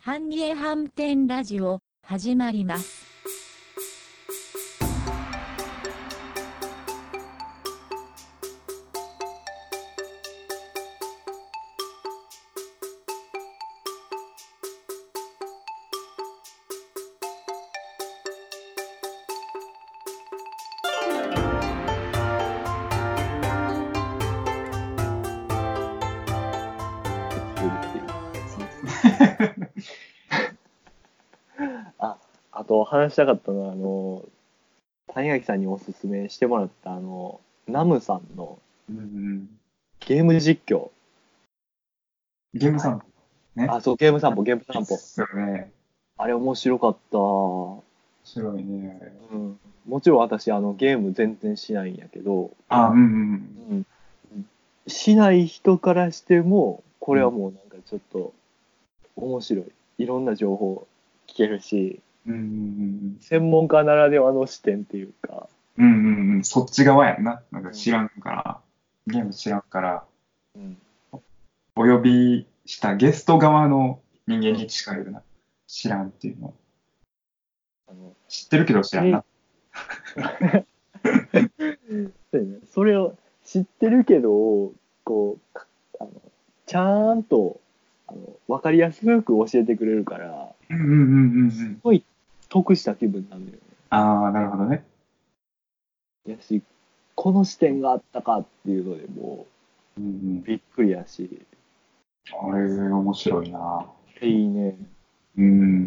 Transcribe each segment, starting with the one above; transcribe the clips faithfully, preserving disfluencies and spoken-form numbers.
半径反転ラジオ始まります。 あ、あと話したかったのは、あの、谷垣さんにおすすめしてもらった、あの、ナムさんのうん、 ゲーム実況。あれ、 ゲーム散歩ね。 あ、そう、ゲーム散歩、ゲームいいっ散歩。 すよね。 あれ面白かった。う面白いね、あれ。 ん。もちろん私、あの、ゲーム全然しないんやけど、 あ、うんうんうん。しない人からしても、こうん。 れはもうなんかちょっと面白い。いろんな情報聞けるし、 うんうん専門家ならではの視点っていうか、 うんうん。うんうんうん。そっち側やんな。なんかうん。 知らんから、ゲーム知らんから、 うん。 お呼びしたゲスト側の人間うん。 に近いよな。知らんっていうの。 あの、 知ってるけど知らんえな。 そうやね、それを知ってるけど、こう、かあのちゃんとあの分かりやすく教えてくれるから、 うんうんうんうんうん。 すごい得した気分なんだよね。 ああ、なるほどね。 やし、この視点があったかっていうのでもうんうん。 うびっくりやし、 あれ、面白いな。 いいね。 うん。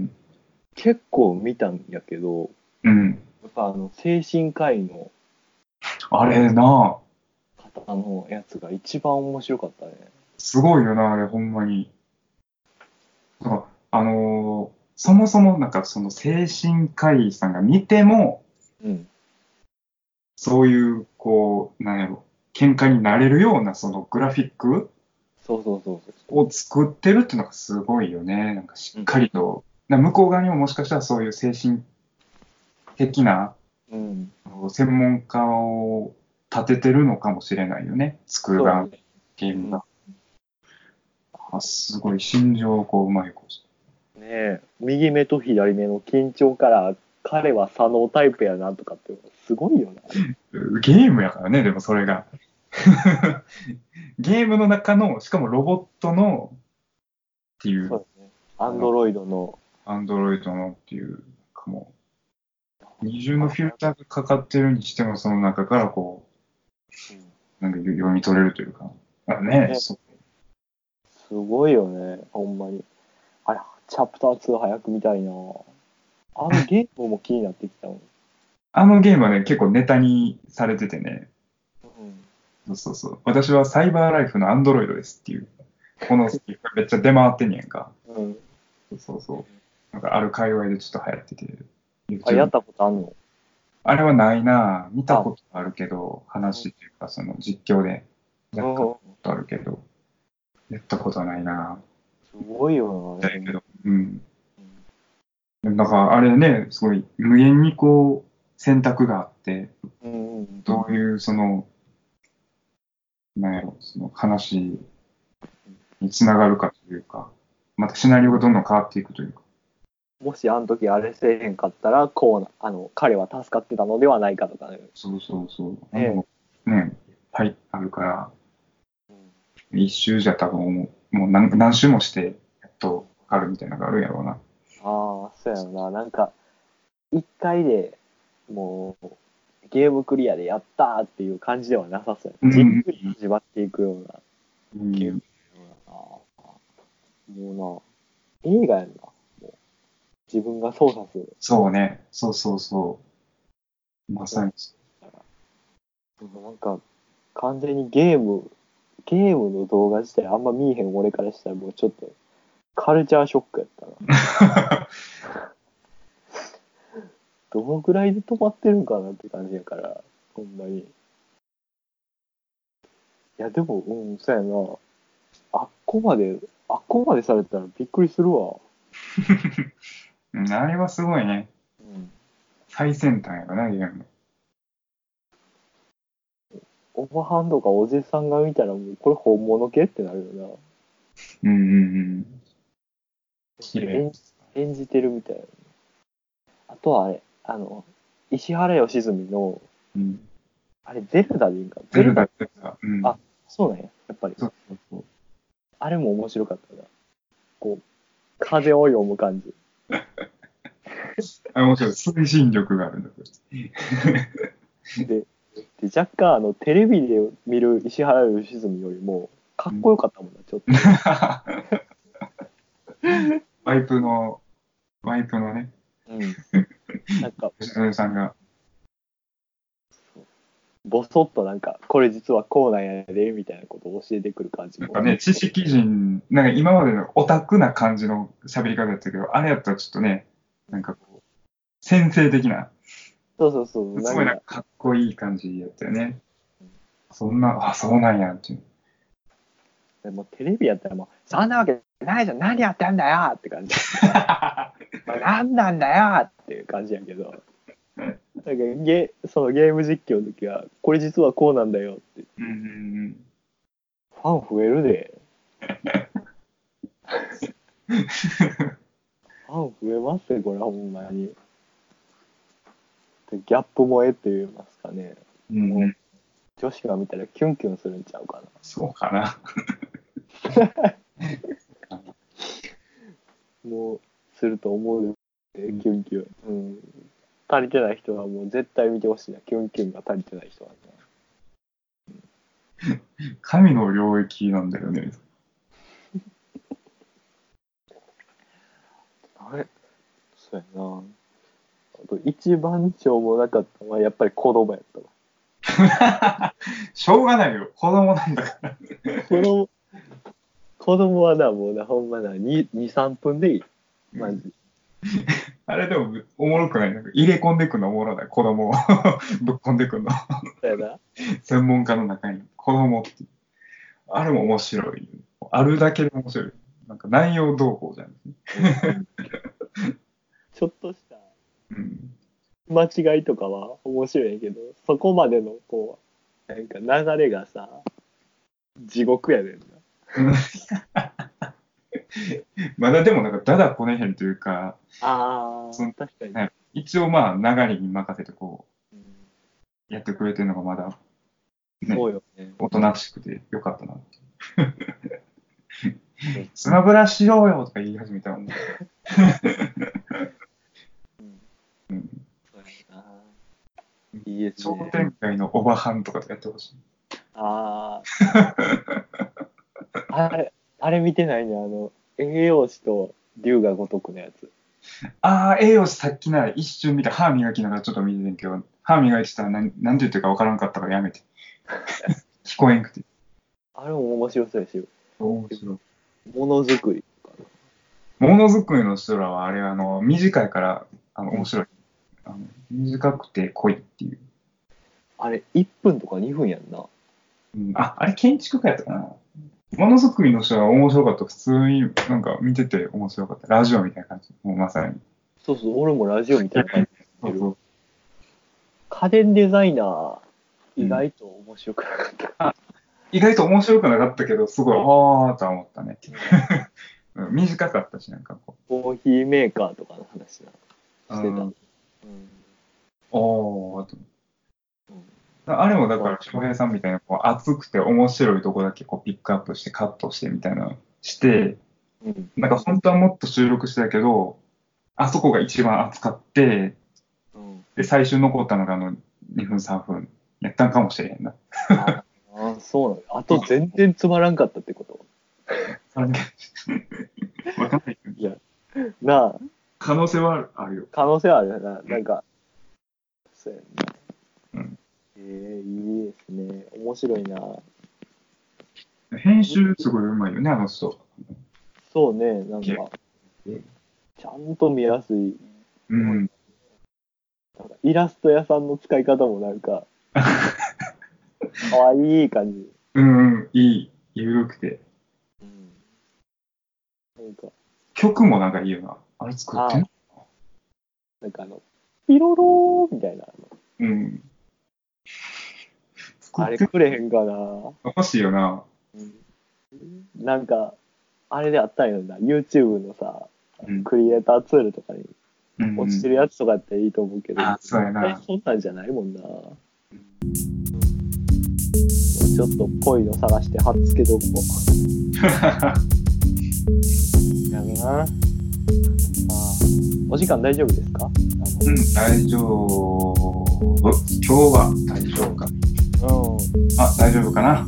結構見たんやけど、 うん。 やっぱあの精神科医のあれな、 方のやつが一番面白かったね。 すごいよな、あれ、ほんまに。だからあのーそもそもなんかその精神科医さんが見ても、 うん。 そういう、こう、なんやろ、喧嘩になれるようなそのグラフィックそうそうそうそうそを作ってるっていうのがすごいよね。なんかしう。うっん。 かりと。な向こう側にももしかしたらそういう精神的なうん。 専門家を立ててるのかもしれないよね。作る側のそうやね。うん。 ゲームが。あ、すごい心情をこう、うまいこねえ、右目と左目の緊張から彼は左脳タイプやなとかってすごいよな、あれ。 う。ゲームやからね、でもそれが。ゲームの中の、しかもロボットのっていう、 そうですね。アあの、 ンドロイドの、 アンドロイドのっていう、かもう、二重のフィルあ、 ターがかかってるにしても、その中からこうん、 う、なんか読み取れるというか。あね、 ね、 そう。 すごいよね、ほんまに。あれ、チャプターツー早く見たいな。あのゲームも気になってきたもん。 あのゲームはね、結構ネタにされててね、 うん。 そうそうそう。私はサイバーライフのアンドロイドですっていう、このセリフがめっちゃ出回ってんねやんか。 うん。 そうそうそう。なんかある界隈でちょっと流行ってて、 あ、や YouTube。 ったことあんの？ あれはないなぁ。見たあ、 ことあるけど、 うん。 話っていうか、その実況でう若干ん、 ことあるけど、やったことはないなすごいよな、あれ、ほんま。 ぁ。だけど、うん。 うん。 だからあれね、すごい無限にこう選択があって、 うんうん。 どういうその、なんやろ、その話につながるかというか、またシナリオがどんどん変わっていくというか。 もしあの時あれせえへんかったら、こうな、あの、彼は助かってたのではないかとかね。 そうそうそう。あんなねのね、いっぱいあるから、 え。うん。 一周じゃ多分もう、もう何、何周もして、やっとわかるみたいなのがあるんやろうな。 ああ、そうやろな。なんか、一回でもう、ゲームクリアでやったーっていう感じではなさそうや。じっうん、 くり始まっていくようなゲームうん、 だな。もうな、映画やんな。もう、自分が操作する。 そうね。そうそうそう。まさに。 なんか、完全にゲーム、ゲームの動画自体あんま見えへん俺からしたらもうちょっとカルチャーショックやったな。どのぐらいで止まってるんかなって感じやから、ほんまに。いや、でも、うん、そうやな。あっこまで、あっこまでされたらびっくりするわ。 うんあれはすごいね。 うん。 最先端やろな、ゲーム。 おばはんとかおじさんが見たらもうこれ本物系ってなるよな。 うんうんうん。 綺麗。 演じてるみたいな。あとはあれ、あの、石原良純の、 うん。 あれ、ゼルダでいいんかゼルダってさ、うん。 あ、そうなんや、やっぱり。 そうそうそう。 あれも面白かったな。こう、風を読む感じ。 あ、面白い。推進力があるんだ、これ。 で、で若干あの、テレビで見る石原良純よりも、かっこよかったもんな、ちょっと。 ワイプの、ワイプのね、 うん。なんか、 吉田さんが、 ぼそっとなんか、これ実はこうなんやで、みたいなことを教えてくる感じも。 なんかね、知識人、なんか今までのオタクな感じの喋り方だったけど、あれやったらちょっとね、なんかこう、先生的な、 そうそうそう。 すごいなんかかっこいい感じやったよね。そんな、あ、そうなんやっていう。 でもテレビやったらもう、そんなわけないじゃん、何やってんだよって感じ。まあ、何なんだよっていう感じやけど、なんかゲそのゲーム実況の時は、これ実はこうなんだよって、 うんうんうん。 ファン増えるで。ファン増えますね、これほんまに。でギャップ萌えって言いますかね。 うんうんもう女子が見たらキュンキュンするんちゃうかな。 そうかな。 もう、すると思うで、キュンキュン。うん。足りてない人はもう絶対見てほしいな。キュンキュンが足りてない人はね。 神の領域なんだよね。 あれそうやな。あと一番しょうもなかったのはやっぱり子供やったわ。 しょうがないよ。子供なんだから。 子供、子供はな、もうな、ほんまな、に、に、さんぷんでいい。マジ。 あれでもおもろくない。なんか入れ込んでくんのおもろない。子供をぶっ込んでくんの。 そうやな。 専門家の中に子供って。あれも面白い。あるだけで面白い。なんか内容動向じゃん。 ちょっとしたうん。 間違いとかは面白いんやけど、そこまでのこう、なんか流れがさ、地獄やねんな。 まだでもなんかだだこねへんというか、 ああ、 その確かに。 ね一応まあ流れに任せてこうん、 うやってくれてるのがまだね、 そうよね。 おとなしくてよかったなって。スマブラしようよとか言い始めたもん。 うんうん、 そうやな。いいです商ね。 店街のおばはんとかとやってほしい。 ああ、あれ、あれ見てないね。あの、栄養士と龍が如くのやつ。 ああ、栄養士さっきなら一瞬見た。歯磨きながらちょっと見ててんけど、歯磨いてたら何何て言ってるか分からんかったからやめて。聞こえんくて。 あれも面白そうやし、 面白い。 ものづくりとかものづくりの人らは、あれ、あの、短いから、あの、面白い。あの短くて濃いっていう。 あれ、いっぷんとかにふんやんな。 うん、あ、あれ建築家やったかな。ものづくりの人は面白かった。普通になんか見てて面白かった。ラジオみたいな感じ。もうまさに。 そうそう、俺もラジオみたいな感じでそうそう。 家電デザイナー、意外と面白くなかった。 意外と面白くなかったけど、すごい、あーとは思ったね。うん短かったし、なんかこコーヒーメーカーとかの話なしてた。 う。 うんうん、おーと。 うんあれもだから、翔平さんみたいな、こう、熱くて面白いとこだけこうピックアップしてカットしてみたいなのして、 うんなんか本当はもっと収録してたけど、あそこが一番熱かって、 うんで、最終残ったのがあのにふんさんぷんやったんかもしれへんな。 ああ、そうなの。あと全然つまらんかったってことそれだけわかんないけど。 いや、なあ、 可能性はあるよ。 可能性はあるよな。なんか、そうやな。 うんええいいですね。面白いな。 編集すごいうまいよね、あの人。 そうね、なんか、ちゃんと見やすい。 うん。 なんかイラスト屋さんの使い方もなんか、かわいい感じ。 うんうん、いい。ゆるくて。 うん。なんか、 曲もなんかいいよな。あれ作ってんのなんかあの、ピロローみたいな。 うん。作あってれくれへんかな。 欲しいよな。 うん、なんか、あれであったんよな。YouTube のさ、 うんクリエイターツールとかにうん落ちてるやつとかやったらいいと思うけど、 あ、そうやな。 そんなんじゃないもんな。ちょっとぽいの探して貼っつけとこう。やるな。あお時間大丈夫ですか？あうん、大丈夫。今日は大丈夫か。 のうん。 あ、大丈夫かな。うん。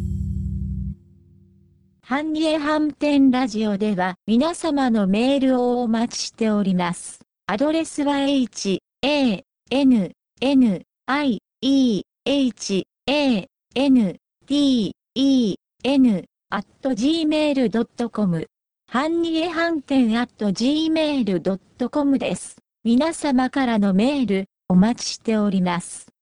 半家飯店ラジオでは皆様のメールをお待ちしております。アドレスは h, a, n, n, i, e, h, a, n, t, e, n, at gmail ドットコム。半家飯店 at gmail ドットコム です。皆様からのメールお待ちしております。